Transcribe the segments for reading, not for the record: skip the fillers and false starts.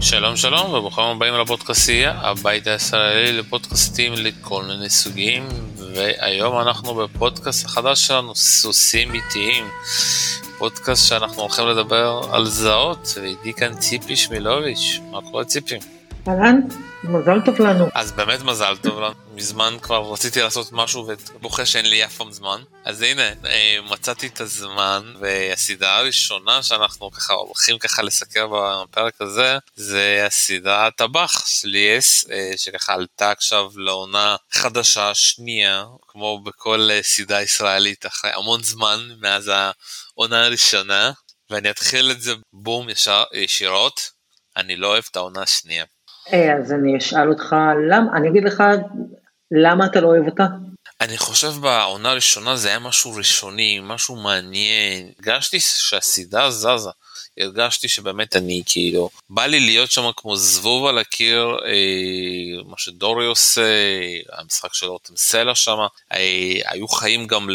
שלום שלום וברוכים הבאים לפודקאסטייה, הבית הישראלי לפודקאסטים לכל מיני סוגים, והיום אנחנו בפודקאסט החדש שלנו, סוסים איטיים, פודקאסט שאנחנו הולכים לדבר על זהות, ואיתי כאן ציפי שמילוביץ'. מה קורה ציפי? אהלן, מזל טוב לנו. אז באמת מזל טוב לנו, מזמן כבר רציתי לעשות משהו ובוחר שאין לי אף פעם זמן, אז הנה, מצאתי את הזמן, והסדרה הראשונה שאנחנו ככה הולכים ככה לסקר בפרק הזה, זה הסדרה טבח של יס, שככה עלתה עכשיו לעונה חדשה שנייה, כמו בכל סדרה ישראלית, אחרי המון זמן מאז העונה הראשונה, ואני אתחיל את זה בום ישירות, אני לא אוהב את העונה השנייה. אז אני אשאל אותך, אני אגיד לך, למה אתה לא אוהב אותה? אני חושב בעונה הראשונה זה היה משהו ראשוני, משהו מעניין, הרגשתי שהסדרה זזה, הרגשתי שבאמת אני כאילו, בא לי להיות שם כמו זבוב על הקיר, מה שדורי עושה, המשחק של רותם סלע שם, היו חיים גם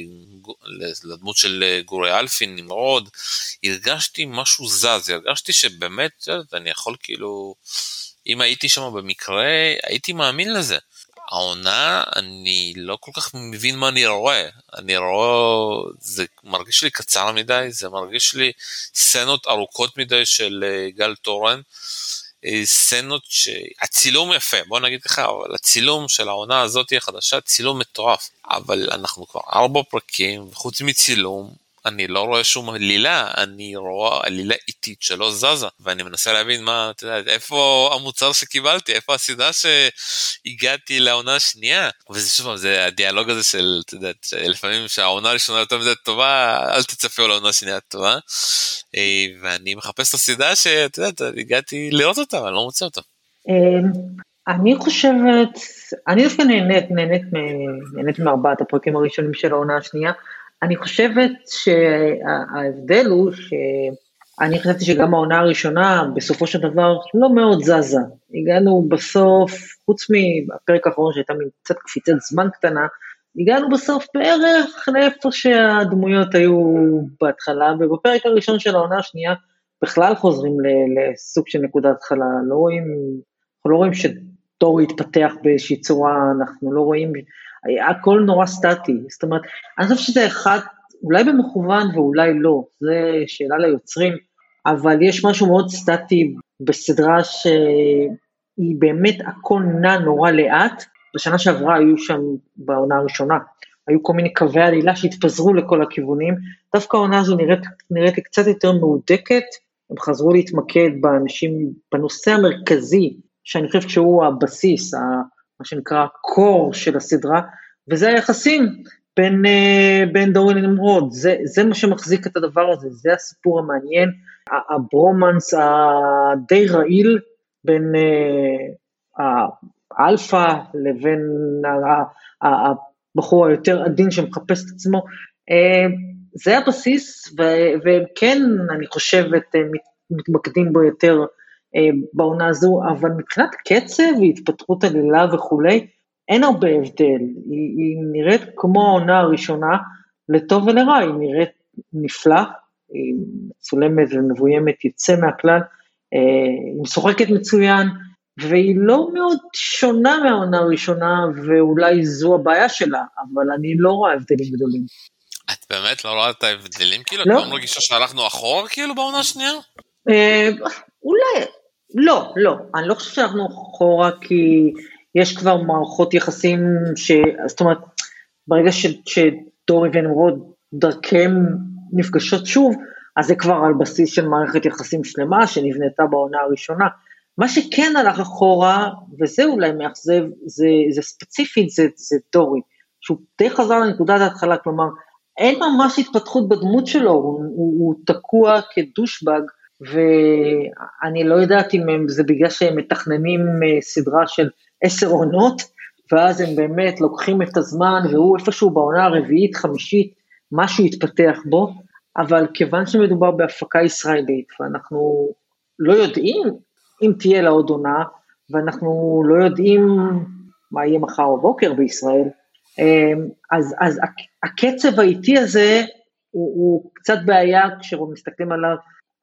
לדמות של גורי אלפין, נמרוד, הרגשתי משהו זז, הרגשתי שבאמת אני יכול כאילו, אם הייתי שם במקרה, הייתי מאמין לזה. העונה, אני לא כל כך מבין מה אני רואה, זה מרגיש לי קצר מדי, זה מרגיש לי סצנות ארוכות מדי של גל תורן, סצנות הצילום יפה, בוא נגיד ככה, אבל הצילום של העונה הזאת החדשה, צילום מטורף, אבל אנחנו כבר 4 פרקים, וחוץ מצילום, אני לא רואה שום עלילה, אני רואה עלילה איטית שלא זזה, ואני מנסה להבין מה, אתה יודע, איפה המוצר שקיבלתי, איפה הסדרה שהגעתי לעונה השנייה, וזה שוב, זה הדיאלוג הזה של, אתה יודע, לפעמים שהעונה הראשונה יותר מדי טובה, אל תצפו לעונה השנייה טובה, ואני מחפש את הסדרה שאתה יודע, הגעתי לראות אותה, אבל לא מוצא אותה. אני חושבת, אני דווקא נהנית מארבעת הפרקים הראשונים של העונה השנייה, אני חושבת שההבדל הוא שאני חשבתי שגם העונה הראשונה בסופו של דבר לא מאוד זזה, הגענו בסוף, חוץ מהפרק האחרון שהייתה קצת קפיצת זמן קטנה, הגענו בסוף בערך לאיפה שהדמויות היו בהתחלה, ובפרק הראשון של העונה השנייה בכלל חוזרים לסוג של נקודת התחלה, אנחנו לא רואים שדורי התפתח באיזושהי צורה, אנחנו לא רואים, הכל נורא סטטי, זאת אומרת, אני חושב שזה אחד, אולי במכוון ואולי לא, זה שאלה ליוצרים, אבל יש משהו מאוד סטטי בסדרה שהיא באמת הכל נע נורא לאט, בשנה שעברה היו שם בעונה הראשונה, היו כל מיני קווי עלילה שהתפזרו לכל הכיוונים, דווקא העונה הזו נראית לי קצת יותר מהודקת, הם חזרו להתמקד באנשים, בנושא המרכזי, שאני חושב שהוא הבסיס, מה שנקרא קור של הסדרה, וזה היחסים בין דורי לנמרוד, זה מה שמחזיק את הדבר הזה, זה הסיפור המעניין, הברומנס הדי רעיל, בין האלפא לבין הבחור היותר עדין שמחפש את עצמו, זה הבסיס, וכן אני חושבת מתמקדים בו יותר בעונה הזו, אבל מבחינת קצב והתפתחות עלילה וכולי, אין הרבה הבדל, היא נראית כמו העונה הראשונה, לטוב ולרע, היא נראית נפלא, היא מצולמת ומבוימת, יוצא מהכלל, היא משוחקת מצוין, והיא לא מאוד שונה מהעונה הראשונה, ואולי זו הבעיה שלה, אבל אני לא רואה הבדלים גדולים. את באמת לא רואה את ההבדלים? כאילו, לא. את לא מרגישה שהלכנו אחורה כאילו בעונה השנייה? אולי, לא, אני לא חושב שאנחנו אחורה, כי יש כבר מערכות יחסים, זאת אומרת, ברגע שדורי ונמרוד דרכם נפגשות שוב, אז זה כבר על בסיס של מערכת יחסים שלמה, שנבנתה בעונה הראשונה, מה שכן הלך אחורה, וזה אולי מאכזב, זה ספציפית, זה דורי, שהוא די חזר לנקודת ההתחלה, כלומר, אין ממש התפתחות בדמות שלו, הוא תקוע כדושבג, ואני לא יודעת אם זה בגלל שהם מתכננים סדרה של 10 עונות, ואז הם באמת לוקחים את הזמן, והוא איפשהו בעונה הרביעית, חמישית, משהו יתפתח בו, אבל כיוון שמדובר בהפקה ישראלית, ואנחנו לא יודעים אם תהיה לה עוד עונה, ואנחנו לא יודעים מה יהיה מחר או בוקר בישראל, אז הקצב האיטי הזה, הוא קצת בעיה כשמסתכלים עליו,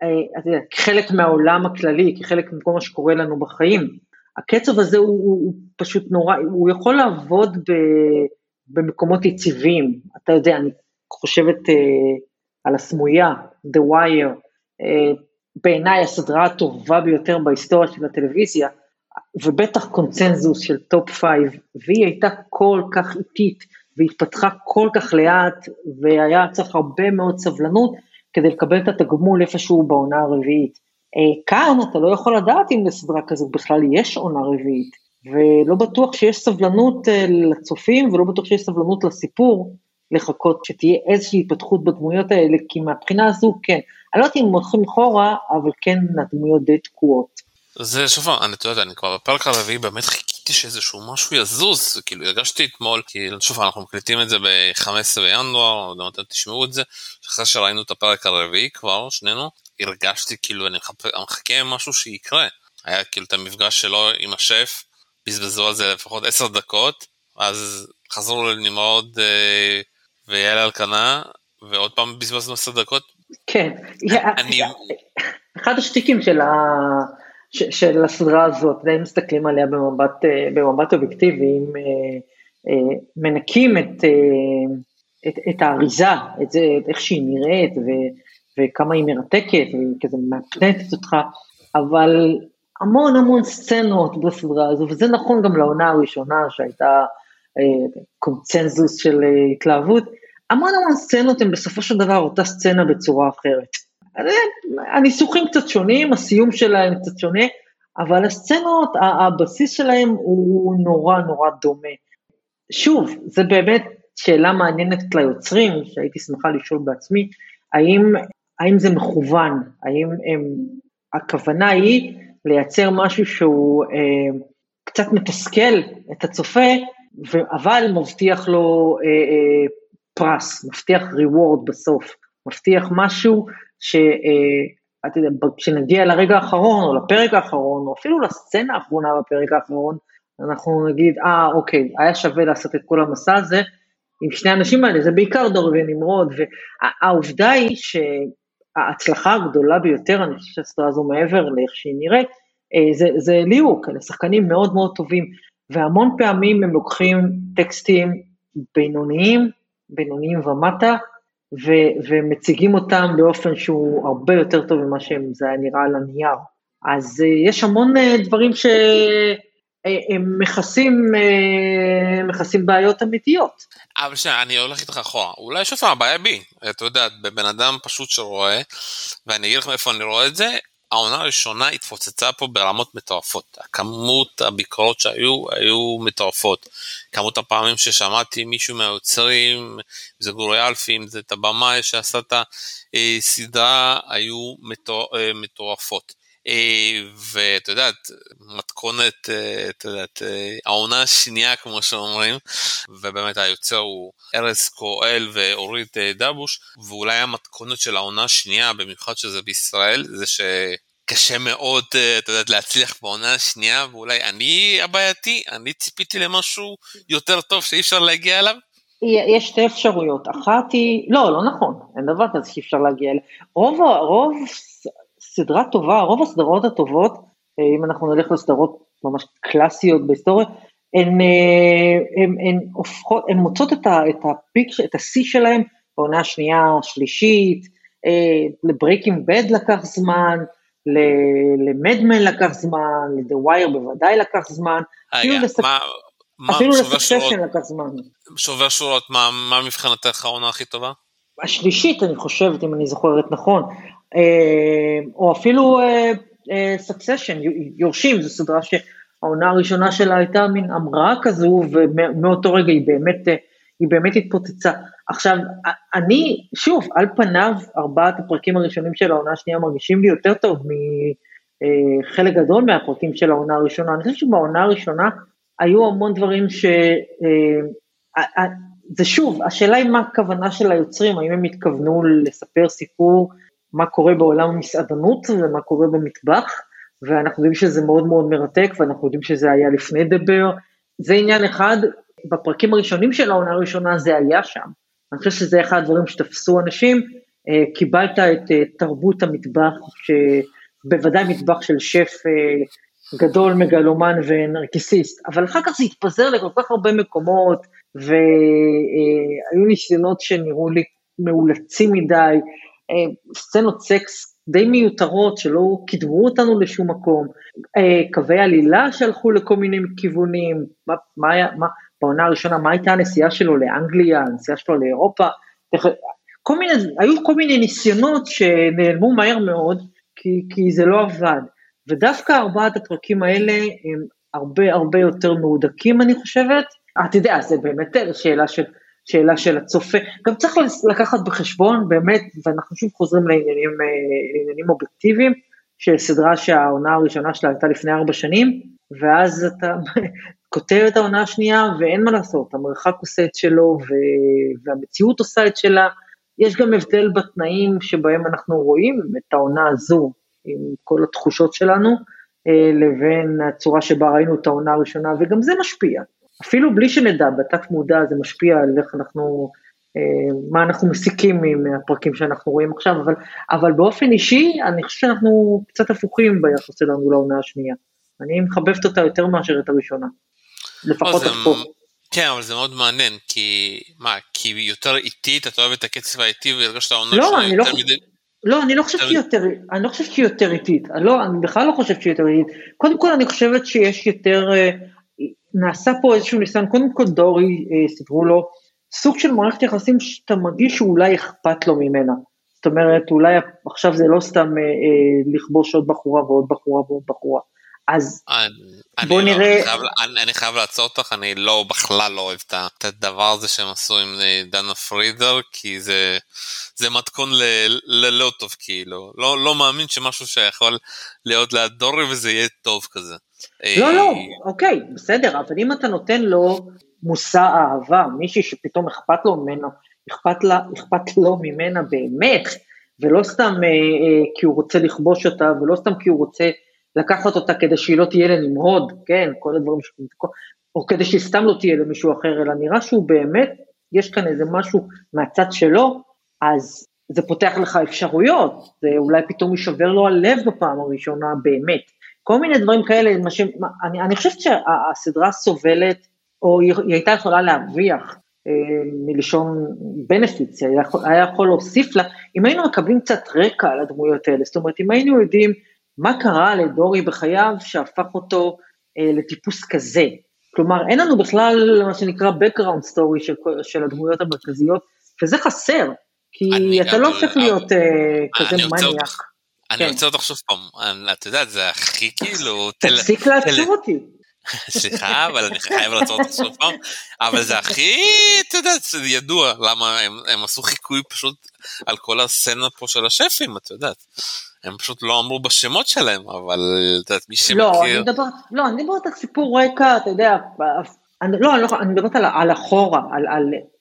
כחלק מהעולם הכללי, כחלק מכל מה שקורה לנו בחיים, הקצב הזה הוא פשוט נורא, הוא יכול לעבוד במקומות יציבים, אתה יודע, אני חושבת על הסמויה, The Wire, בעיניי הסדרה הטובה ביותר בהיסטוריה של הטלוויזיה, ובטח קונצנזוס של טופ 5, והיא הייתה כל כך איטית, והתפתחה כל כך לאט, והיה צריך הרבה מאוד סבלנות, כדי לקבל את התגמול איפשהו בעונה הרביעית. כאן אתה לא יכול לדעת אם לסדרה כזאת בכלל יש עונה רביעית, ולא בטוח שיש סבלנות לצופים, ולא בטוח שיש סבלנות לסיפור, לחכות שתהיה איזושהי התפתחות בדמויות האלה, כי מהבחינה הזו כן, אני לא יודעת אם הולכים אחורה, אבל כן הדמויות די תקועות. זה שוב, אני כבר בפרק הרביעי באמת חיכיתי שאיזשהו משהו יזוז, כאילו הרגשתי אתמול, כי שוב אנחנו מקליטים את זה ב-15 בינואר, לא יודעת, תשמעו את זה, אחרי שראינו את הפרק הרביעי כבר, שנינו, הרגשתי כאילו אני מחכה משהו שיקרה, היה כאילו את המפגש שלו עם השף, בזבזו על זה לפחות 10 דקות, אז חזרו לנמרוד ויעל אלקנה, ועוד פעם בזבזנו 10 דקות. כן, אחד השטיקים של הסדרה הזאת, די מסתכלים עליה במבט אובייקטיבי, אם מנקים את האריזה, את זה, איך שהיא נראית, וכמה היא מרתקת, וכזה מפנטת אותך, אבל המון סצנות בסדרה הזו, וזה נכון גם לעונה הראשונה, שהייתה קונצנזוס של התלהבות, המון סצנות הן בסופו של דבר אותה סצנה בצורה אחרת. הניסוחים קצת שונים, הסיום שלהם קצת שונה, אבל הסצנות, הבסיס שלהם הוא נורא דומה. שוב, זה באמת שאלה מעניינת ליוצרים, שהייתי שמחה לשאול בעצמי, האם זה מכוון, האם הכוונה היא לייצר משהו שהוא קצת מתסכל את הצופה, אבל מבטיח לו פרס, מבטיח ריוורד בסוף, מבטיח משהו שנגיע לרגע האחרון, או לפרק האחרון, או אפילו לסצנה האחרונה בפרק האחרון, אנחנו נגיד, אוקיי, היה שווה לעשות את כל המסע הזה, עם שני האנשים האלה, זה בעיקר דור ונמרוד, והעובדה היא שההצלחה הגדולה ביותר, אני חושב שהסדרה הזו מעבר לאיך שהיא נראית, זה ליהוק, אלה שחקנים מאוד טובים, והמון פעמים הם לוקחים טקסטים בינוניים ומטה, ומציגים אותם באופן שהוא הרבה יותר טוב ממה שזה היה נראה על הנייר. אז יש המון דברים שהם מכסים בעיות אמיתיות. אבל אני הולך איתך אחורה, אולי שוב הבעיה בי, אתה יודע, בבן אדם פשוט שרואה, ואני אגיד לך איפה אני רואה את זה, העונה הראשונה התפוצצה פה ברמות מטורפות, כמות הביקורות היו מטורפות, כמות הפעמים ששמעתי מישהו מהיוצרים, זה גורי אלפים, זה את הבמה שעשה את הסדרה, היו מטורפות. ואתה יודעת, מתכונת, העונה השנייה כמו שאומרים, ובאמת היוצר הוא ארז קואל ואורית דבוש, ואולי המתכונת של העונה השנייה, במיוחד שזה בישראל, זה שקשה מאוד, אתה יודעת, להצליח בעונה השנייה, ואולי אני הבעייתי, אני ציפיתי למשהו יותר טוב שאי אפשר להגיע אליו? יש שתי אפשרויות, אחת היא, לא נכון, אין דבר כזה שאי אפשר להגיע אליו, רוב סדרה טובה, רוב הסדרות הטובות, אם אנחנו נלך לסדרות ממש קלאסיות בהיסטוריה, הן מוצאות את הפיק, את השיא שלהם, בעונה השנייה, השלישית, לברייקינג בד לקח זמן, למדמן לקח זמן, לדה ווייר בוודאי לקח זמן, אפילו לסקסשן לקח זמן. שובר שורות, מה מבחינתך העונה הכי טובה? השלישית, אני חושבת, אם אני זוכרת נכון, או אפילו Succession, יורשים, זו סדרה שהעונה הראשונה שלה הייתה מין אמרה כזו, ומאותו רגע היא באמת התפוצצה. עכשיו, אני, שוב, על פניו, 4 הפרקים הראשונים של העונה השנייה מרגישים לי יותר טוב מחלק גדול מהפרקים של העונה הראשונה. אני חושב שבעונה הראשונה היו המון דברים זה שוב, השאלה היא מה הכוונה של היוצרים, האם הם התכוונו לספר סיפור, מה קורה בעולם המסעדנות, ומה קורה במטבח, ואנחנו יודעים שזה מאוד מרתק, ואנחנו יודעים שזה היה לפני דבר, זה עניין אחד, בפרקים הראשונים של העונה הראשונה זה היה שם, אני חושב שזה אחד הדברים שתפסו אנשים, קיבלת את תרבות המטבח, שבוודאי מטבח של שף גדול, מגלומן ונרקיסיסט, אבל אחר כך זה התפזר לכל כך הרבה מקומות, והיו ניסיונות שנראו לי מאולצים מדי, סצנות סקס די מיותרות שלא קידמו אותנו לשום מקום, קווי עלילה שהלכו לכל מיני כיוונים, בעונה הראשונה, מה הייתה הנסיעה שלו לאנגליה, הנסיעה שלו לאירופה, היו כל מיני ניסיונות שנעלמו מהר מאוד, כי זה לא עבד, ודווקא 4 הפרקים האלה הם הרבה יותר מהודקים, אני חושבת. אתה יודע, זה באמת שאלה של הצופה, גם צריך לקחת בחשבון, באמת, ואנחנו שוב חוזרים לעניינים אובייקטיביים, של סדרה שהעונה הראשונה שלה הייתה לפני 4 שנים, ואז אתה כותב את העונה השנייה, ואין מה לעשות, המרחק עושה את שלו, והמציאות עושה את שלה, יש גם הבדל בתנאים שבהם אנחנו רואים את העונה הזו, עם כל התחושות שלנו, לבין הצורה שבה ראינו את העונה הראשונה, וגם זה משפיע. אפילו בלי שנדע, בתת מודע זה משפיע על איך אנחנו, מה אנחנו מסיקים מהפרקים שאנחנו רואים עכשיו, אבל באופן אישי, אני חושב שאנחנו קצת הפוכים ביחס שלנו לעונה השנייה. אני מחבבת אותה יותר מאשר את הראשונה. לפחות עד פה. כן, אבל זה מאוד מעניין, כי יותר איטית, אתה אוהב את הקצב האיטי, והרגשת העונה שלה יותר מדי... לא, אני לא חושבת שהיא יותר איטית, אני בכלל לא חושבת שהיא יותר איטית, קודם כל אני חושבת שיש יותר, נעשה פה איזשהו ניסיון, קודם כל דורי סיפרו לו, סוג של מערכת יחסים שאתה מרגיש שאולי אכפת לו ממנה, זאת אומרת אולי עכשיו זה לא סתם לכבוש עוד בחורה ועוד בחורה ועוד בחורה, אז בוא נראה. אני חייב לעצור אותך, אני בכלל לא אוהב את הדבר הזה שהם עשו עם דנה פרידר, כי זה מתכון ללא טוב, כאילו, לא מאמין שמשהו שיכול להיות ליד דורי וזה יהיה טוב כזה. לא, אוקיי, בסדר, אבל אם אתה נותן לו מושא אהבה, מישהי שפתאום אכפת לו ממנו, אכפת לו ממנה באמת, ולא סתם כי הוא רוצה לכבוש אותה, ולא סתם כי הוא רוצה לקחת אותה כדי שהיא לא תהיה לנמרוד, כן, כל הדברים או כדי שהיא סתם לא תהיה למישהו אחר, אלא נראה שהוא באמת, יש כאן איזה משהו מהצד שלו, אז זה פותח לך אפשרויות, זה אולי פתאום יישבר לו הלב בפעם הראשונה באמת, כל מיני דברים כאלה, אני חושבת שהסדרה סובלת, או היא הייתה יכולה להרוויח, מלשון בנפיץ, היה יכול להוסיף לה, אם היינו מקבלים קצת רקע על הדמויות האלה, זאת אומרת, אם היינו יודעים, מה קרה לדורי בחייו שהפך אותו לטיפוס כזה? כלומר, אין לנו בכלל מה שנקרא background story של הדמויות המרכזיות, וזה חסר, כי אתה לא הופך להיות כזה מניאק. אני רוצה אותך שוב פעם, אתה יודע, זה הכי כאילו... תפסיק לעצור אותי. סליחה, אבל אני חייב לעצור אותך שוב פעם, אבל זה הכי, אתה יודע, זה ידוע, למה הם עשו חיקוי פשוט על כל הסצנה פה של השפים, אתה יודעת. הם פשוט לא אמרו בשמות שלהם, אבל מי שמכיר... לא, אני מדברת על סיפור רקע, אתה יודע, אני מדברת על אחורה, על...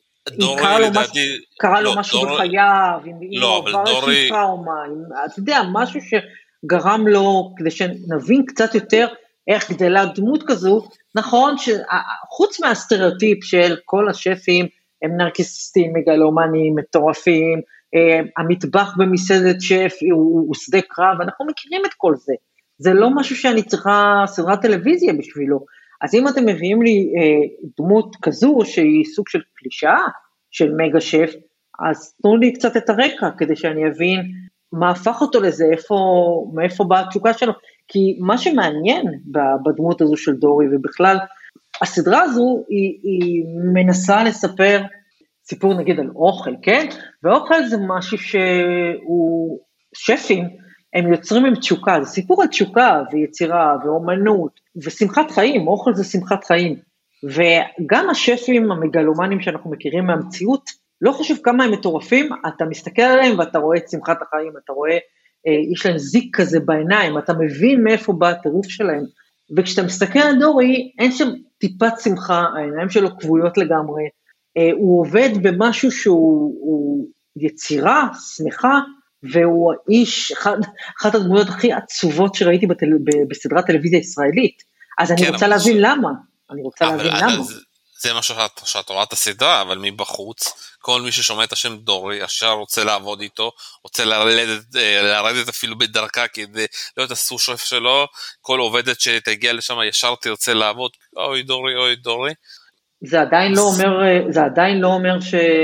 קרה לו משהו בחייו, לא, אבל דורי... אתה יודע, משהו שגרם לו, כדי שנבין קצת יותר איך גדלה דמות כזו, נכון שחוץ מהסטריאוטיפ של כל השפים, הם נרקיסיסטים, מגלומנים, מטורפים, המטבח במסעדת שף הוא שדה קרב, אנחנו מכירים את כל זה, זה לא משהו שאני צריכה סדרת טלוויזיה בשבילו, אז אם אתם מביאים לי דמות כזו שהיא סוג של קלישה של מגה שף, אז תנו לי קצת את הרקע כדי שאני אבין מה הפך אותו לזה, מאיפה באה התשוקה שלו, כי מה שמעניין בדמות הזו של דורי ובכלל, הסדרה הזו היא מנסה לספר סיפור נגיד על אוכל, כן? ואוכל זה משהו שהוא, שפים, הם יוצרים עם תשוקה, זה סיפור על תשוקה ויצירה ואומנות ושמחת חיים, אוכל זה שמחת חיים, וגם השפים המגלומנים שאנחנו מכירים מהמציאות, לא חשוב כמה הם מטורפים, אתה מסתכל עליהם ואתה רואה את שמחת החיים, אתה רואה, יש להם זיק כזה בעיניים, אתה מבין מאיפה בא הטירוף שלהם, וכשאתה מסתכל על דורי, אין שם טיפת שמחה, העיניים שלו כבויות לגמרי, הוא עובד במשהו שהוא יצירה, שמחה, והוא האיש, אחת הדמויות הכי עצובות שראיתי בסדרת טלוויזיה ישראלית, אז אני רוצה להבין למה, זה מה שאת רואה את הסדרה, אבל מבחוץ, כל מי ששומע את השם דורי, ישר רוצה לעבוד איתו, רוצה לרדת אפילו בדרכה כדי להיות הסושף שלו, כל עובדת שתגיע לשם ישר תרצה לעבוד, אוי דורי, אוי דורי. זה עדיין לא אומר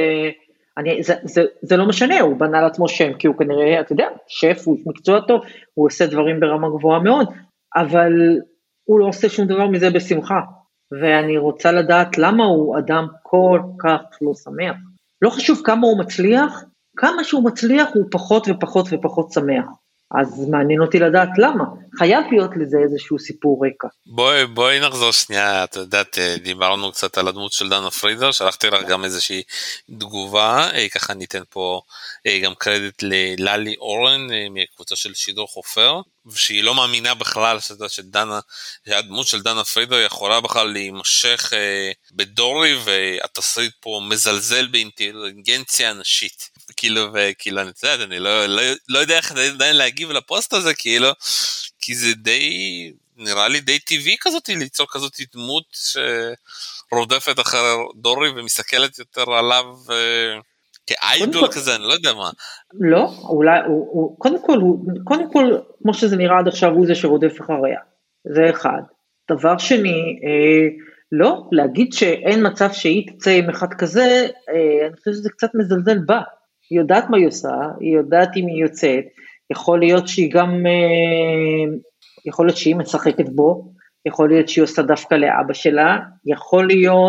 זה לא משנה, הוא בנה לעצמו שם, כי הוא כנראה, אתה יודע, שף, הוא מקצוע טוב, הוא עושה דברים ברמה גבוהה מאוד, אבל הוא לא עושה שום דבר מזה בשמחה, ואני רוצה לדעת למה הוא אדם כל כך לא שמח. לא חשוב כמה הוא מצליח, כמה שהוא מצליח הוא פחות ופחות ופחות שמח. אז מעניין אותי לדעת למה. חייב להיות לזה איזשהו סיפור רקע. בואי נחזור שנייה, את יודעת, דיברנו קצת על הדמות של דנה פרידר, שלחתי לך גם איזושהי תגובה, ככה ניתן פה גם קרדיט לללי אורן, מקבוצה של שידור חופר, שהיא לא מאמינה בכלל שהדמות של דנה פרידר יכולה בכלל להימשך בדורי, והתסריט פה מזלזל באינטליגנציה נשית. כאילו, אני יודעת, אני לא יודע איך עדיין להגיב לפוסט הזה, כאילו, כי זה נראה לי די טבעי כזאת, ליצור כזאת דמות שרודפת אחר דורי ומסתכלת יותר עליו כאיידול כזה, אני לא יודע מה. לא, אולי, קודם כל, כמו שזה נראה עד עכשיו, הוא זה שרודף אחריה. זה אחד. דבר שני, לא, להגיד שאין מצב שהיא תצא עם אחד כזה, אני חושב שזה קצת מזלזל בה. היא יודעת מה היא עושה, היא יודעת אם היא יוצאת, יכול להיות שהיא גם, יכול להיות שהיא משחקת בו, יכול להיות שהיא עושה דווקא לאבא שלה, יכול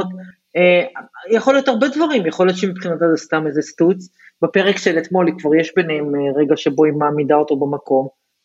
להיות הרבה דברים, יכול להיות שמבחינת זה סתם איזה סטוץ, בפרק של אתמול כבר יש ביניהם רגע שבו היא מעמידה אותו במקום,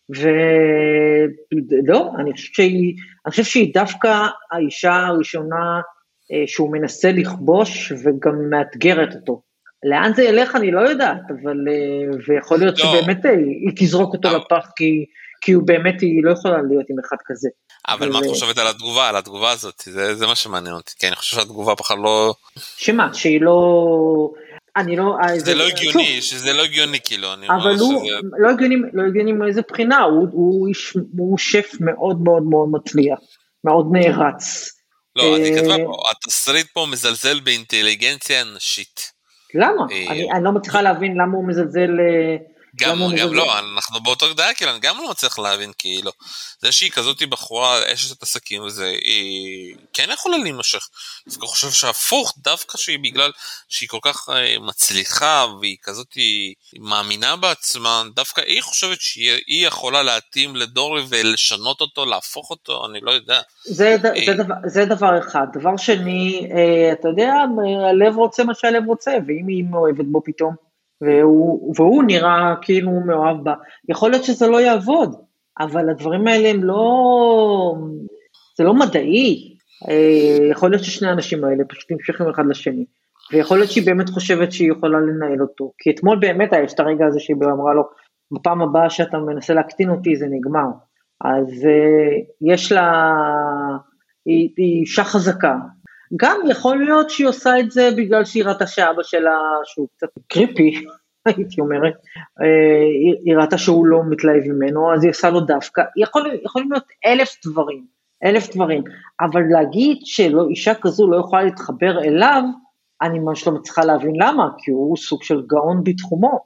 ולא, אני חושב שהיא דווקא האישה הראשונה שהוא מנסה לכבוש וגם מאתגרת אותו. לאן זה ילך אני לא יודעת, אבל, ויכול להיות שבאמת היא תזרוק אותו לפח, כי הוא באמת, היא לא יכולה להיות עם אחד כזה. אבל מה את חושבת על התגובה הזאת? זה מה שמעניין אותי, כי אני חושב שהתגובה בכלל לא... שמה, שהיא לא... אני לא... זה לא הגיוני, שזה לא הגיוני כאילו. אבל הוא לא הגיוני מאיזה בחינה, הוא שף מאוד מאוד מאוד מצליח, מאוד נערץ. לא, אני כתבה פה, התסריט פה מזלזל באינטליגנציה נשית. למה? אני לא מצליחה להבין למה הוא מזלזל... גם לא, אנחנו באותו דעה, כאילו, אני גם לא מצליח להבין, כאילו, זה שהיא כזאת בחורה, אשת עסקים וזה, היא כן יכולה להימשך, אז אני חושב שהפוך, דווקא שהיא בגלל שהיא כל כך מצליחה, והיא כזאת, היא מאמינה בעצמה, דווקא היא חושבת שהיא יכולה להתאים לדורי ולשנות אותו, להפוך אותו, אני לא יודע. זה דבר אחד. דבר שני, אתה יודע, הלב רוצה מה שהלב רוצה, ואם היא מאוהבת בו פתאום, והוא נראה כאילו הוא מאוהב בה, יכול להיות שזה לא יעבוד, אבל הדברים האלה הם לא, זה לא מדעי, יכול להיות ששני האנשים האלה פשוט נמשכים אחד לשני, ויכול להיות שהיא באמת חושבת שהיא יכולה לנהל אותו, כי אתמול באמת יש את הרגע הזה שהיא אמרה לו, בפעם הבאה שאתה מנסה להקטין אותי זה נגמר, אז יש לה, היא אישה חזקה, גם יכול להיות שהיא עושה את זה בגלל שהיא ראתה שאבא שלה, שהוא קצת קריפי, הייתי אומרת, היא ראתה שהוא לא מתלהב ממנו, אז היא עושה לו דווקא, יכולים להיות 1,000 דברים, אבל להגיד שאישה כזו לא יכולה להתחבר אליו, אני ממש לא מצליחה להבין למה, כי הוא סוג של גאון בתחומו,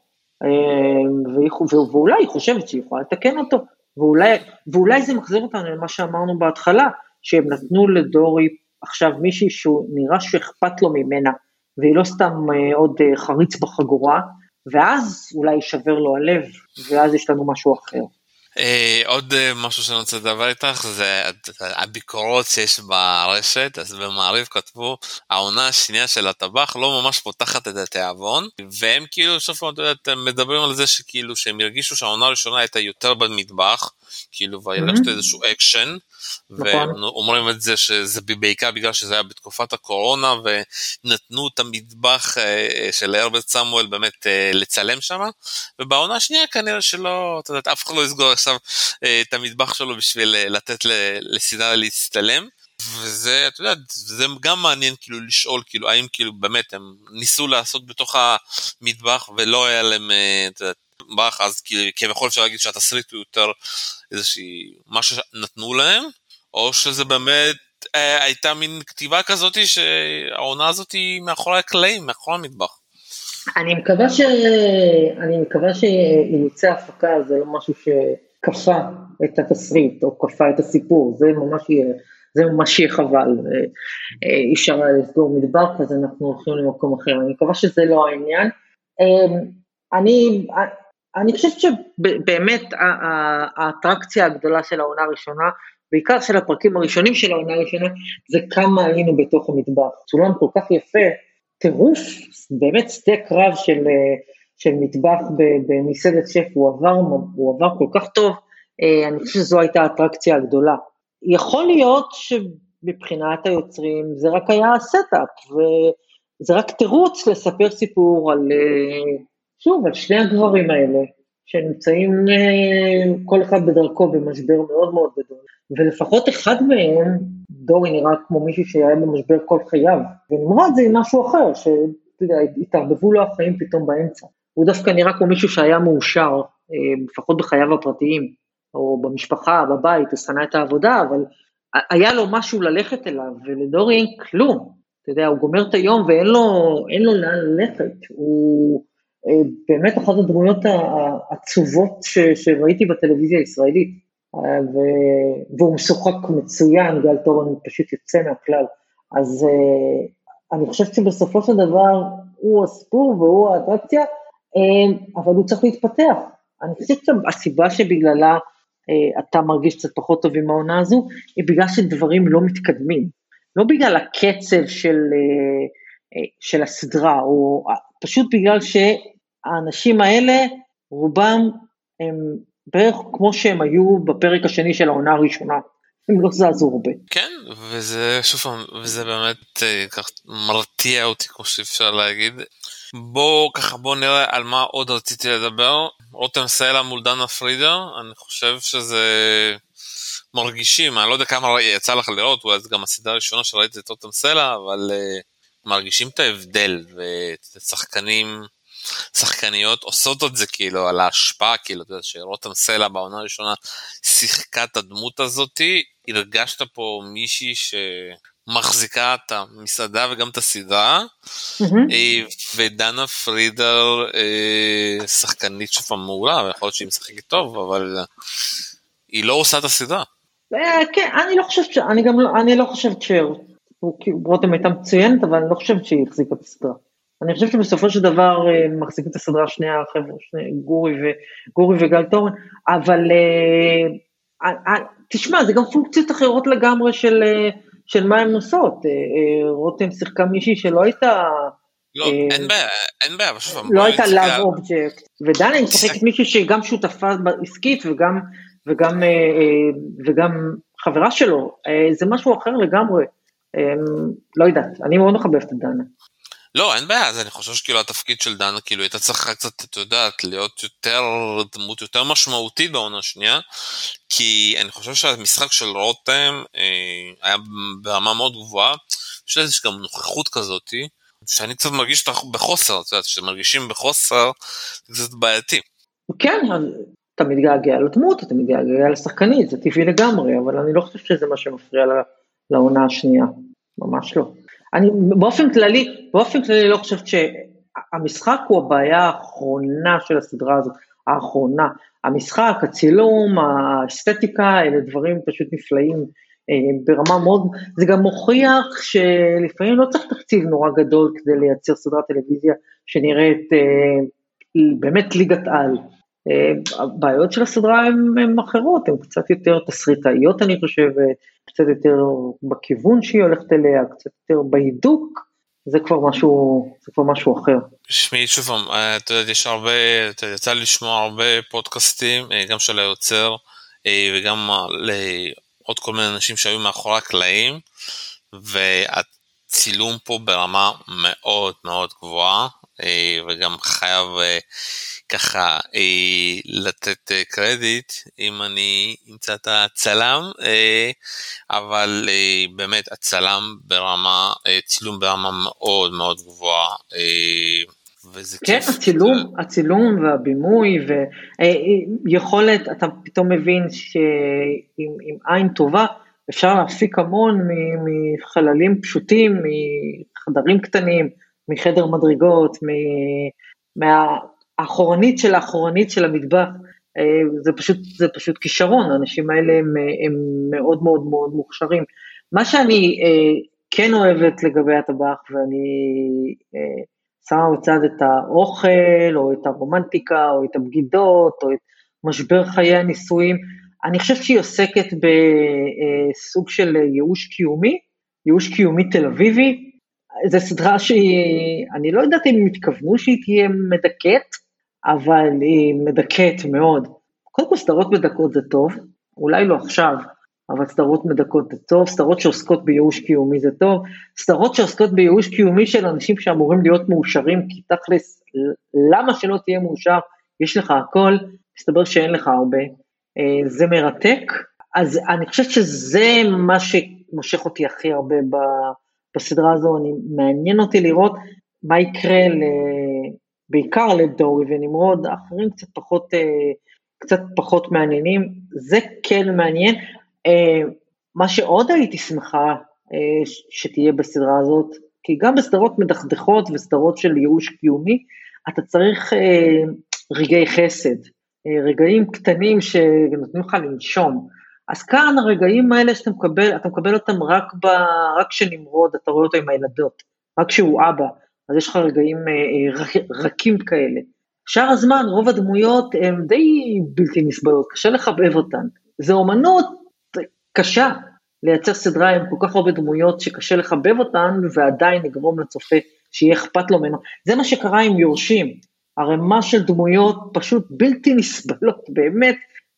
ואולי היא חושבת שהיא יכולה לתקן אותו, ואולי זה מחזיר אותנו למה שאמרנו בהתחלה, שהם נתנו לדורי, עכשיו מישהי שהוא נראה שאכפת לו ממנה, והיא לא סתם עוד חריץ בחגורה, ואז אולי יישבר לו הלב, ואז יש לנו משהו אחר. עוד משהו שאני רוצה לדבר איתך, זה הביקורות שיש ברשת, אז במעריב כתבו, העונה השנייה של הטבח לא ממש פותחת את התיאבון, והם כאילו, שוב פעם, מדברים על זה שכאילו, שהם הרגישו שהעונה הראשונה הייתה יותר במטבח, כאילו, והרגשת איזשהו אקשן, ואומרים את זה שזה בעיקר בגלל שזה היה בתקופת הקורונה, ונתנו את המטבח של הרברט סמואל באמת לצלם שם, ובעונה השנייה כנראה שלא, אתה יודעת, אף אחד לא יסגור עכשיו את המטבח שלו בשביל לתת לסדרה להצטלם, וזה, אתה יודע, זה גם מעניין כאילו לשאול, כאילו, האם כאילו באמת הם ניסו לעשות בתוך המטבח, ולא היה להם, אתה יודע, מטבח, אז כביכול אפשר להגיד שהתסריט הוא יותר איזושהי, משהו שנתנו להם, או שזה באמת הייתה מין כתיבה כזאת שהעונה הזאת היא מאחורי הקלעים, מאחורי המטבח. אני מקווה שאילוצי ההפקה זה לא משהו שכפה את התסריט, או כפה את הסיפור, זה ממש יהיה חבל, אפשר לסגור מדבר, אז אנחנו הולכים למקום אחר, אני מקווה שזה לא העניין. אני חושבת שבאמת האטרקציה הגדולה של העונה הראשונה, בעיקר של הפרקים הראשונים של העונה הראשונה, זה כמה היינו בתוך המטבח, צולם כל כך יפה, טירוף, באמת שדה קרב של מטבח במסעדת שף, הוא עבר כל כך טוב, אני חושב שזו הייתה האטרקציה הגדולה. יכול להיות שמבחינת היוצרים זה רק היה הסטאפ, וזה רק תירוץ לספר סיפור על שני הגברים האלה, שנמצאים כל אחד בדרכו במשבר מאוד מאוד גדול, ולפחות אחד מהם, דורי נראה כמו מישהו שהיה במשבר כל חייו, ונמרוד זה משהו אחר, שהתערבבו לו החיים פתאום באמצע, הוא דווקא נראה כמו מישהו שהיה מאושר, לפחות בחייו הפרטיים, או במשפחה, בבית, הוא שנא את העבודה, אבל היה לו משהו ללכת אליו, ולדורי אין כלום, אתה יודע, הוא גומר את היום ואין לו לאן ללכת, הוא באמת אחת הדמויות העצובות שראיתי בטלוויזיה הישראלית, והוא משוחק מצוין, גל תורן פשוט יוצא מהכלל, אז אני חושבת שבסופו של דבר הוא הסיפור והוא האטרקציה, אבל הוא צריך להתפתח, אני חושבת שהסיבה שבגללה אתה מרגיש קצת פחות טוב עם העונה הזו, היא בגלל שדברים לא מתקדמים, לא בגלל הקצב של הסדרה, או פשוט בגלל שהאנשים האלה, רובם הם בערך כמו שהם היו בפרק השני של העונה הראשונה, הם לא זזו הרבה. כן, וזה באמת כך מרתיע אותי, כמו שאפשר להגיד. בוא נראה על מה עוד רציתי לדבר. רותם סלע מול דנה פרידר, אני חושב שזה מרגישים, אני לא יודע כמה יצא לך לראות, הוא גם הסדרה הראשונה שראיתי את רותם סלע, אבל מרגישים את ההבדל, שחקניות עושות את זה כאילו, על ההשפעה, כאילו, אתה יודע, שרותם סלע בעונה הראשונה שיחקה את הדמות הזאת, הרגשת פה מישהי שמחזיקה את המסעדה וגם את הסדרה, ודנה פרידר שחקנית שפה מעולה, ויכול להיות שהיא משחקת טוב, אבל היא לא עושה את הסדרה. כן, אני לא חושבת שרותם הייתה מצוינת, אבל אני לא חושבת שהיא החזיקה את הסדרה. אני חושבת שבסופו של דבר מחזיקים את הסדרה שני החבר'ה, גורי וגל תורן, אבל תשמע, זה גם פונקציות אחרות לגמרי של מה הן עושות. רותם שיחקה מישהי שלא הייתה... לא, אין בעיה, לא הייתה love object, ודנה היא משחקת מישהי שגם שותפה עסקית וגם חברה שלו, זה משהו אחר לגמרי, לא יודעת, אני מאוד מחבבת את דנה. לא, אין בעיה, אז אני חושב שכאילו התפקיד של דנה, כאילו הייתה צריכה קצת, אתה יודעת, להיות דמות יותר משמעותית בעונה השנייה, כי אני חושב שהמשחק של רותם היה ברמה מאוד גבוהה, יש לזה גם נוכחות כזאת, שאני קצת מרגיש בחוסר, אתה יודעת, שמרגישים בחוסר, זה קצת בעייתי. כן, אתה מתגעגע לדמות, אתה מתגעגע לשחקנית, זה טבעי לגמרי, אבל אני לא חושב שזה מה שמפריע לעונה השנייה, ממש לא. אני באופן כללי לא חושבת שהמשחק הוא הבעיה האחרונה של הסדרה הזאת, האחרונה. המשחק, הצילום, האסתטיקה, אלה דברים פשוט נפלאים ברמה מאוד, זה גם מוכיח שלפעמים לא צריך תקציב נורא גדול כדי לייצר סדרת טלוויזיה שנראית באמת ליגת על. הבעיות של הסדרה הן אחרות, הן קצת יותר תסריטאיות אני חושבת, קצת יותר בכיוון שהיא הולכת אליה, קצת יותר בהידוק, זה כבר משהו אחר. שמי, שוב פעם, אתה יודע, יש הרבה, יצא לי לשמוע הרבה פודקאסטים, גם של היוצר, וגם לעוד כל מיני אנשים שהיו מאחורי הקלעים, והצילום פה ברמה מאוד מאוד גבוהה, וגם חייב ככה לתת קרדיט אם אני אמצא את הצלם, אבל באמת הצלם ברמה, צילום ברמה מאוד מאוד גבוהה, וזה כן, כיף. הצילום והבימוי ויכולת, אתה פתאום מבין שעם עין טובה אפשר להפיק המון מחללים פשוטים, מחדרים קטנים, מחדר מדרגות, מהאחורנית של המטבח, זה פשוט כישרון, האנשים האלה הם מאוד מאוד מאוד מוכשרים. מה שאני כן אוהבת לגבי הטבח, ואני שמה בצד את האוכל, או את הרומנטיקה, או את הבגידות, או את משבר חיי הנישואים, אני חושבת שהיא עוסקת בסוג של ייאוש קיומי תל אביבי, זו סדרה אני לא יודעת אם הם התכוונו שהיא תהיה מדכאת, אבל היא מדכאת מאוד. קודם כל סדרות מדכאות זה טוב, אולי לא עכשיו, אבל סדרות מדכאות זה טוב, סדרות שעוסקות בייאוש קיומי זה טוב, סדרות שעוסקות בייאוש קיומי של אנשים שאמורים להיות מאושרים, כי תכלס, למה שלא תהיה מאושר, יש לך הכל, מסתבר שאין לך הרבה, זה מרתק, אז אני חושבת שזה מה שמושך אותי הכי הרבה בסדרה הזו, מעניין אותי לראות מה יקרה בעיקר לדורי ונמרוד, האחרים קצת פחות מעניינים, זה כן מעניין, מה שעוד הייתי שמחה שתהיה בסדרה הזאת, כי גם בסדרות מדכדכות וסדרות של ייאוש קיומי, אתה צריך רגעי חסד, רגעים קטנים שנותנים לך לנשום, אז כאן הרגעים האלה אתה מקבל אותם רק כשנמרוד, אתה רואה אותו עם הילדות, רק כשהוא אבא, אז יש לך רגעים רכים כאלה. שאר הזמן, רוב הדמויות הן די בלתי נסבלות, קשה לחבב אותן. זו אומנות קשה לייצר סדרה עם כל כך הרבה דמויות שקשה לחבב אותן, ועדיין לגרום לצופה שיהיה אכפת לו ממנו. זה מה שקרה עם יורשים, הרמה של דמויות פשוט בלתי נסבלות, באמת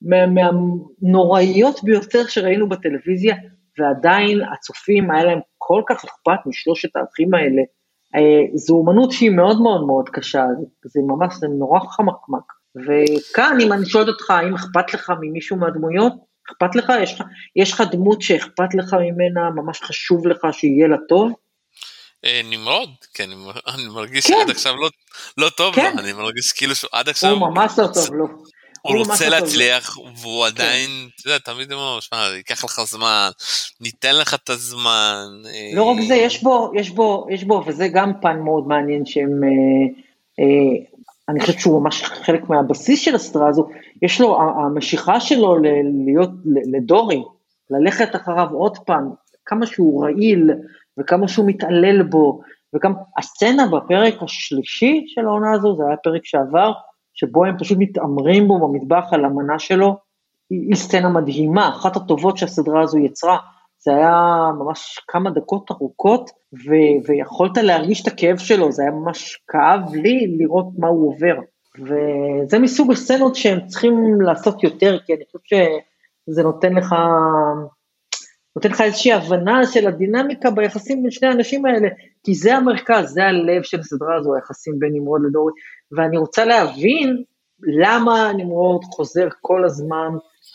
מהנוראיות ביותר שראינו בטלוויזיה, ועדיין הצופים היה להם כל כך אכפת משלושת האחים האלה, זו אומנות שהיא מאוד מאוד מאוד קשה, זה ממש, זה נורא חמקמק, וכאן אם אני שואלת אותך, האם אכפת לך ממישהו מהדמויות, אכפת לך, יש לך דמות שאכפת לך ממנה, ממש חשוב לך שיהיה לה טוב? נמרוד, כן, אני מרגיש שעד עכשיו לא טוב לו, אני מרגיש כאילו שעד עכשיו הוא ממש לא טוב לו. הוא רוצה להצליח, והוא עדיין, אתה יודע, תמיד אמרו, ייקח לך זמן, ניתן לך את הזמן. לא רק זה, יש בו, וזה גם פן מאוד מעניין, אני חושבת שהוא ממש חלק מהבסיס של הסדרה הזו, יש לו, המשיכה שלו להיות לדורי, ללכת אחריו עוד פעם, כמה שהוא רעיל, וכמה שהוא מתעלל בו, וגם הסצנה בפרק השלישי של העונה הזו, זה היה פרק שעבר, שבו הם פשוט מתאמרים בו במטבח על המנה שלו, היא סצנה מדהימה, אחת הטובות שהסדרה הזו יצרה, זה היה ממש כמה דקות ארוכות, ויכולת להרגיש את הכאב שלו, זה היה ממש כאב לי לראות מה הוא עובר, וזה מסוג הסצנות שהם צריכים לעשות יותר, כי אני חושב שזה נותן לך איזושהי הבנה של הדינמיקה ביחסים בין שני האנשים האלה, כי זה המרכז, זה הלב של הסדרה הזו, היחסים בין נמרוד לדורי, ואני רוצה להבין למה נמרוד חוזר כל הזמן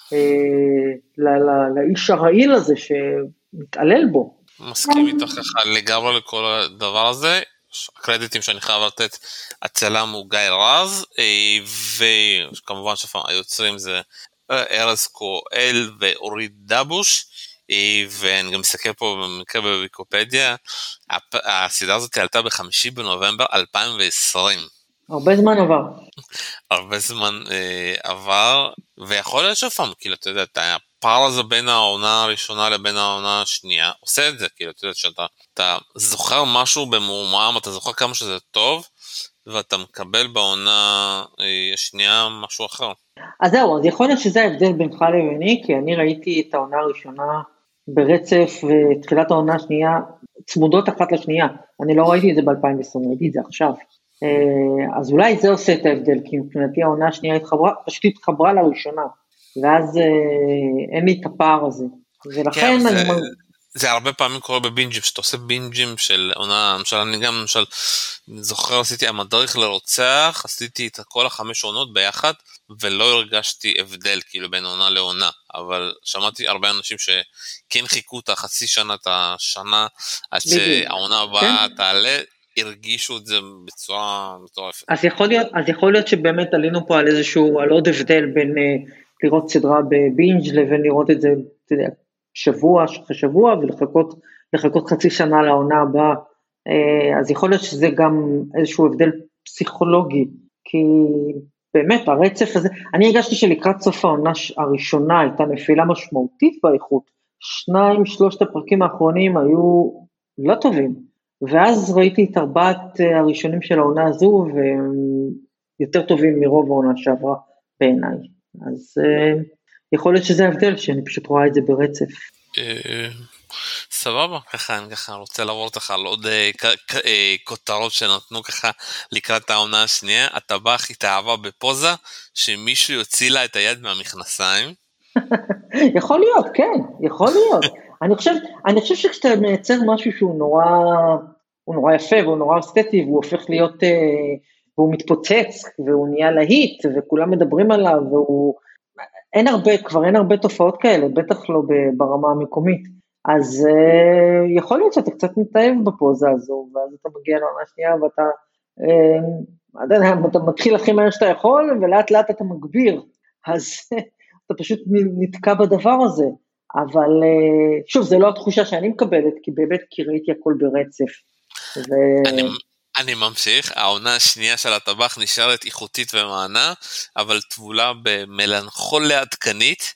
לאיש הרעיל הזה שמתעלל בו. מסכים איתך לגמרי לכל הדבר הזה, הקרדיטים שאני חייב לתת, הצלם הוא גיא רז, וכמובן שהיוצרים זה ארז קואל ואורית דבוש, ואני גם מסתכל פה במקרה בוויקיפדיה, הסדרה הזאת עלתה ב5 בנובמבר 2020. הרבה זמן עבר. הרבה זמן עבר, ויכול להיות שפעם, כאילו, אתה יודע, הפער הזה בין העונה הראשונה לבין העונה השנייה, עושה את זה, כאילו, אתה יודע, שאתה זוכר משהו במורמם, אתה זוכר כמה שזה טוב, ואתה מקבל בעונה השנייה משהו אחר. אז זהו, אז יכול להיות שזה ההבדל בינך לביני, כי אני ראיתי את העונה הראשונה ברצף, ותחילת העונה השנייה, צמודות אחת לשנייה, אני לא ראיתי את זה ב-2020, ראיתי את זה עכשיו, אז אולי זה עושה את ההבדל, כי מבחינתי העונה השנייה פשוט התחברה לראשונה, ואז אין לי את הפער הזה, ולכן כן, אני... זה הרבה פעמים קורה בבינג'ים, שאתה עושה בינג'ים של עונה, למשל אני גם, למשל, זוכר עשיתי המדריך לרוצח, עשיתי את כל 5 עונות ביחד, ולא הרגשתי הבדל כאילו בין עונה לעונה, אבל שמעתי הרבה אנשים שכן חיכו את החצי שנה, את השנה, עד שהעונה הבאה תעלה, הרגישו את זה בצורה מטורפת. אז יכול להיות שבאמת עלינו פה על עוד הבדל בין לראות סדרה בבינג' לבין לראות את זה, אתה יודע, שבוע אחרי שבוע, ולחכות חצי שנה לעונה הבאה, אז יכול להיות שזה גם איזשהו הבדל פסיכולוגי, כי באמת הרצף הזה, אני הרגשתי שלקראת סוף העונה הראשונה הייתה נפילה משמעותית באיכות, 2-3 הפרקים האחרונים היו לא טובים, ואז ראיתי את 4 הראשונים של העונה הזו, והם יותר טובים מרוב העונה שעברה בעיניי, אז יכול להיות שזה ההבדל, שאני פשוט רואה את זה ברצף. סבבה, ככה אני ככה רוצה לעבור אותך על עוד כותרות שנתנו ככה לקראת העונה השנייה. הטבח התאהבה בפוזה שמישהו יוציא לה את היד מהמכנסיים. יכול להיות, כן, יכול להיות. אני חושב שכשאתה מייצר משהו שהוא נורא יפה והוא נורא אסתטי, והוא הופך להיות, והוא מתפוצץ והוא נהיה להיט וכולם מדברים עליו, כבר אין הרבה תופעות כאלה, בטח לא ברמה המקומית. אז יכול להיות שאתה קצת מתאהב בפוזה הזו, ואז אתה מגיע לעונה שנייה, ואתה מתחיל הכי מהר שאתה יכול, ולאט לאט אתה מגביר, אז אתה פשוט נתקע בדבר הזה, אבל שוב, זה לא התחושה שאני מקבלת, כי באמת כי ראיתי הכל ברצף. אני ממשיך, העונה השנייה של הטבח נשארת איכותית ומענה, אבל תבולה במלנכוליה עדכנית,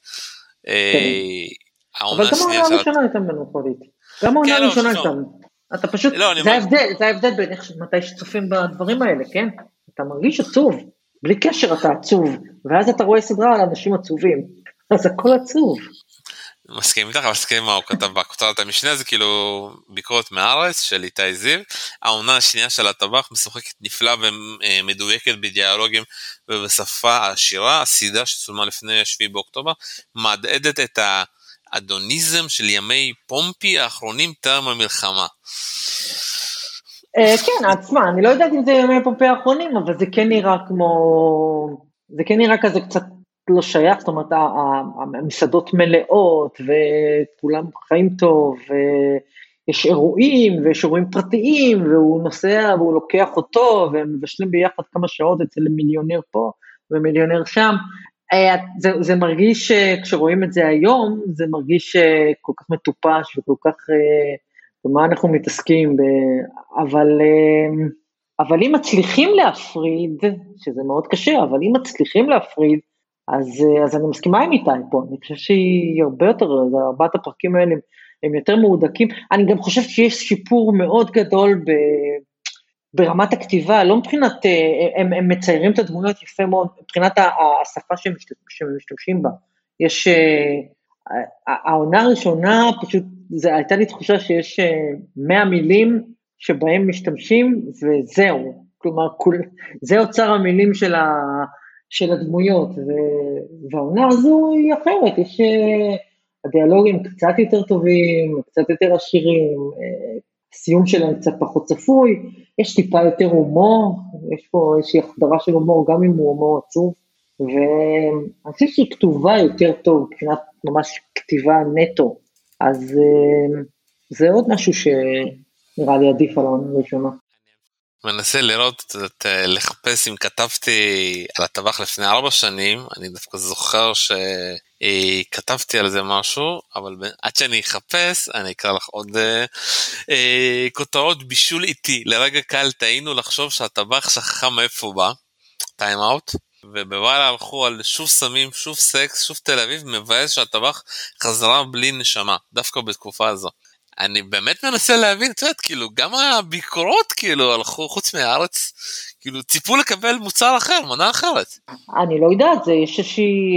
אבל גם העונה הראשונה הייתה מלנכולית, גם העונה הראשונה הייתה, אתה פשוט, זה ההבדל בין מתי שצופים בדברים האלה, כן? אתה מרגיש עצוב, בלי קשר אתה עצוב, ואז אתה רואה סדרה על אנשים עצובים, אז הכל עצוב. מסכים איתך, אבל מסכים מה הוא כתב בכותרת המשנה, זה כאילו ביקורת מהארץ של איתי זיו, העונה השנייה של הטבח משוחקת נפלא ומדויקת בדיאלוגים ובשפה העשירה, הסדרה שצולמה לפני 7 באוקטובר, מעדדת את האדוניזם של ימי פומפי האחרונים טרם המלחמה. כן, עצמה, אני לא יודעת אם זה ימי פומפי האחרונים, אבל זה כן נראה כזה קצת לא שייך, זאת אומרת, המסעדות מלאות, וכולם חיים טוב, ויש אירועים, ויש אירועים פרטיים, והוא נוסע, והוא לוקח אותו, והם מבשלים ביחד כמה שעות אצל מיליונר פה, ומיליונר שם. זה מרגיש, כשרואים את זה היום, זה מרגיש כל כך מטופש, וכל כך, במה אנחנו מתעסקים, אבל אם מצליחים להפריד, שזה מאוד קשה, אבל אם מצליחים להפריד, אז אני מסכימה עם איתי פה, אני חושב שהיא הרבה יותר, 4 הפרקים האלה הם יותר מהודקים, אני גם חושב שיש שיפור מאוד גדול ברמת הכתיבה, לא מבחינת, הם מציירים את הדמויות יפה מאוד, מבחינת השפה שהם משתמשים בה, יש, העונה הראשונה פשוט, הייתה לי תחושה שיש 100 מילים שבהם משתמשים, וזהו, כלומר, זה אוצר המילים של הדמויות, והעונה הזו היא אחרת, יש הדיאלוגים קצת יותר טובים, קצת יותר עשירים, הסיום שלהם קצת פחות צפוי, יש טיפה יותר הומור, יש פה איזושהי החדרה של הומור, גם אם הוא הומור עצוב, ואני חושב שהיא כתובה יותר טוב, מבחינת ממש כתיבה נטו, אז זה עוד משהו שנראה לי עדיף על העונה הראשונה. מנסה לראות, לחפש אם כתבתי על הטבח לפני 4 שנים, אני דווקא זוכר שכתבתי על זה משהו, אבל עד שאני אחפש, אני אקרא לך עוד כותרות בישול איתי, לרגע קל טעינו לחשוב שהטבח שכחה מאיפה הוא בא, טיים אאוט, ובוואלה הלכו על שוב סמים, שוב סקס, שוב תל אביב, מבאס שהטבח חזרה בלי נשמה, דווקא בתקופה הזו. אני באמת מנסה להבין, את יודעת, כאילו, גם הביקורות, כאילו, הלכו חוץ מהארץ, כאילו, ציפו לקבל מוצר אחר, מנה אחרת. אני לא יודעת, זה יש איזושהי,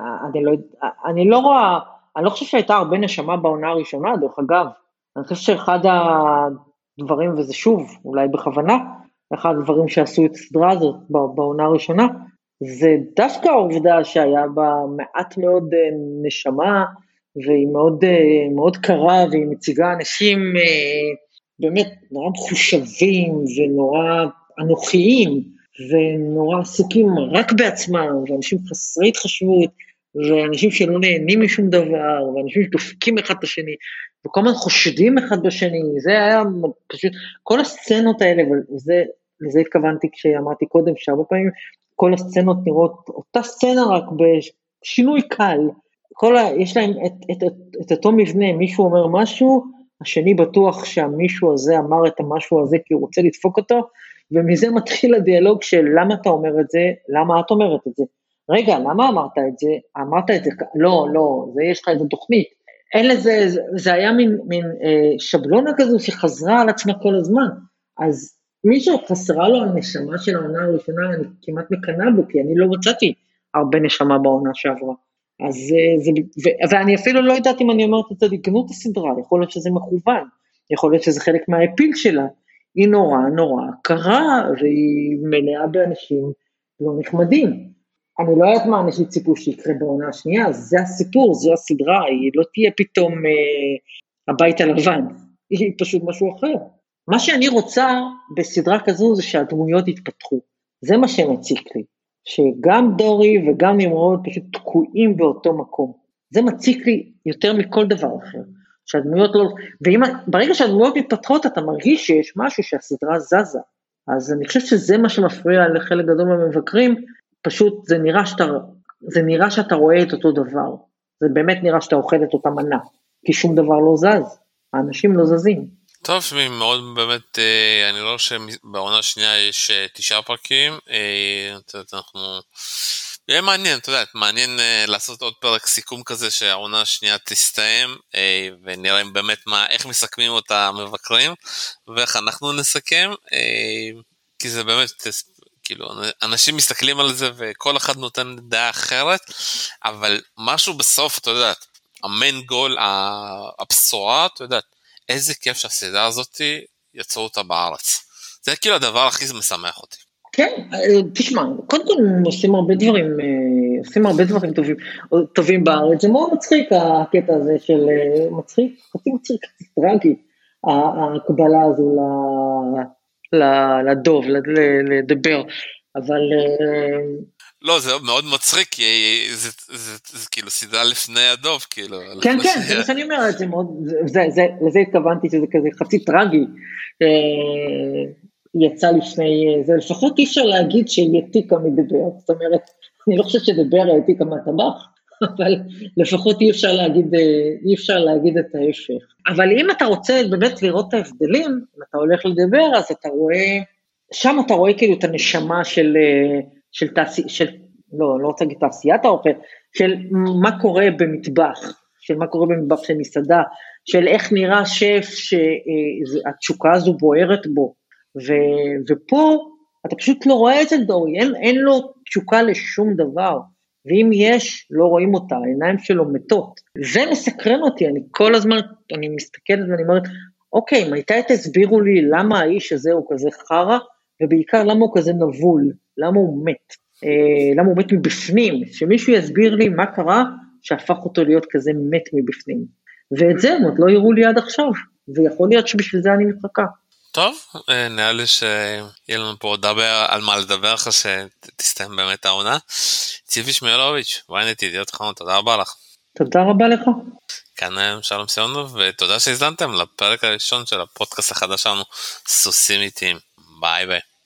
אני לא רואה, אני לא חושב שהייתה הרבה נשמה בעונה הראשונה, דרך אגב, אני חושב שאחד הדברים, וזה שוב, אולי בכוונה, אחד הדברים שעשו את הסדרה הזאת בעונה הראשונה, זה דווקא העובדה שהיה בה מעט מאוד נשמה, והיא מאוד, מאוד קרה, והיא מציגה אנשים באמת נורא מחושבים, ונורא אנוכיים, ונורא עסוקים רק בעצמם, ואנשים חסרי התחשבות, ואנשים שלא נהנים משום דבר, ואנשים שדופקים אחד את השני, וכל הזמן חושדים אחד בשני, זה היה פשוט, כל הסצנות האלה, ולזה התכוונתי כשאמרתי קודם, שהרבה פעמים כל הסצנות נראות אותה סצנה רק בשינוי קל, יש להם את אותו מבנה, מישהו אומר משהו, השני בטוח שהמישהו הזה אמר את המשהו הזה כי הוא רוצה לדפוק אותו, ומזה מתחיל הדיאלוג של למה אתה אומר את זה, למה את אומרת את זה, רגע, למה אמרת את זה, לא, זה יש לך איזו תוכנית, אין לזה, זה היה מין שבלונה כזו שחזרה על עצמה כל הזמן, אז מי שחסרה לו הנשמה של העונה הראשונה, אני כמעט מקנה בו, כי אני לא מצאתי הרבה נשמה בעונה שעברה, אז ואני אפילו לא יודעת אם אני אומרת את זה, לגנות הסדרה, יכול להיות שזה מכוון, יכול להיות שזה חלק מהאפיל שלה, היא נורא קרה, והיא מלאה באנשים לא נחמדים, אני לא יודעת מה אנשים ציפו שיקרה בעונה השנייה, זה הסיפור, זו הסדרה, היא לא תהיה פתאום הבית הלבן, היא פשוט משהו אחר, מה שאני רוצה בסדרה כזו, זה שהדמויות יתפתחו, זה מה שמציק לי, שגם דורי וגם נמרוד פשוט תקועים באותו מקום. זה מציק לי יותר מכל דבר אחר. שהדמויות לא... ברגע שהדמויות מתפתחות, אתה מרגיש שיש משהו שהסדרה זזה. אז אני חושב שזה מה שמפריע לחלק גדול מהמבקרים, פשוט זה נראה שאתה רואה את אותו דבר. זה באמת נראה שאתה אוכל את אותה מנה, כי שום דבר לא זז. האנשים לא זזים. טוב, מאוד באמת, אני לא חושב שבעונה השנייה יש 9 פרקים, אנחנו, יהיה מעניין, אתה יודע, מעניין לעשות עוד פרק סיכום כזה שהעונה השנייה תסתיים, ונראה באמת איך מסכמים אותה המבקרים, ואיך אנחנו נסכם, כי זה באמת, כאילו, אנשים מסתכלים על זה וכל אחד נותן דעה אחרת, אבל משהו בסוף, אתה יודע, המיין גול, הבשורה, אתה יודע, איזה כיף שהסדרה הזאת יצאו אותה בארץ. זה כאילו הדבר הכי משמח אותי. כן, תשמע, קודם כל עושים הרבה דברים טובים בארץ, זה מאוד מצחיק הקטע הזה של מצחיק, חצי טרגי, ההקבלה הזו לדוב, לדבר, אבל... לא, זה מאוד מצחיק, כי זה כאילו סדרה לפני הדוב, כאילו. כן, זה מה שאני אומרת, לזה התכוונתי שזה כזה חצי טרגי, יצא לפני, זה לפחות אי אפשר להגיד שהיא העתיקה מדבר, זאת אומרת, אני לא חושבת שדבר העתיקה מהטבח, אבל לפחות אי אפשר להגיד את ההפך. אבל אם אתה רוצה באמת לראות את ההבדלים, אם אתה הולך לדבר, אז אתה רואה, שם אתה רואה כאילו את הנשמה לא רוצה להגיד תעשיית האוכל, של מה קורה במטבח, של מסעדה, של איך נראה שף שהתשוקה הזו בוערת בו, ופה אתה פשוט לא רואה את זה דורי, אין לו תשוקה לשום דבר, ואם יש, לא רואים אותה, העיניים שלו מתות, זה מסקרן אותי, אני כל הזמן, אני מסתכלת ואני אומרת, אוקיי, מתי תסבירו לי למה האיש הזה הוא כזה חרה, ובעיקר למה הוא כזה נבול, למה הוא מת, למה הוא מת מבפנים, שמישהו יסביר לי מה קרה, שהפך אותו להיות כזה מת מבפנים, ואת זה הם עוד לא יראו לי עד עכשיו, ויכול להיות שבשביל זה אני מחכה. טוב, נראה לי שיהיה לנו פה על מה לדבר אחרי שתסתיים באמת העונה. ציפי שמואלוביץ', ynet ידיעות אחרונות, תודה רבה לך. תודה רבה לך. כאן שלום סיונוב, ותודה שהזדמנתם לפרק הראשון של הפודקאסט החדש שלנו, סוסים איטיים. ביי ביי.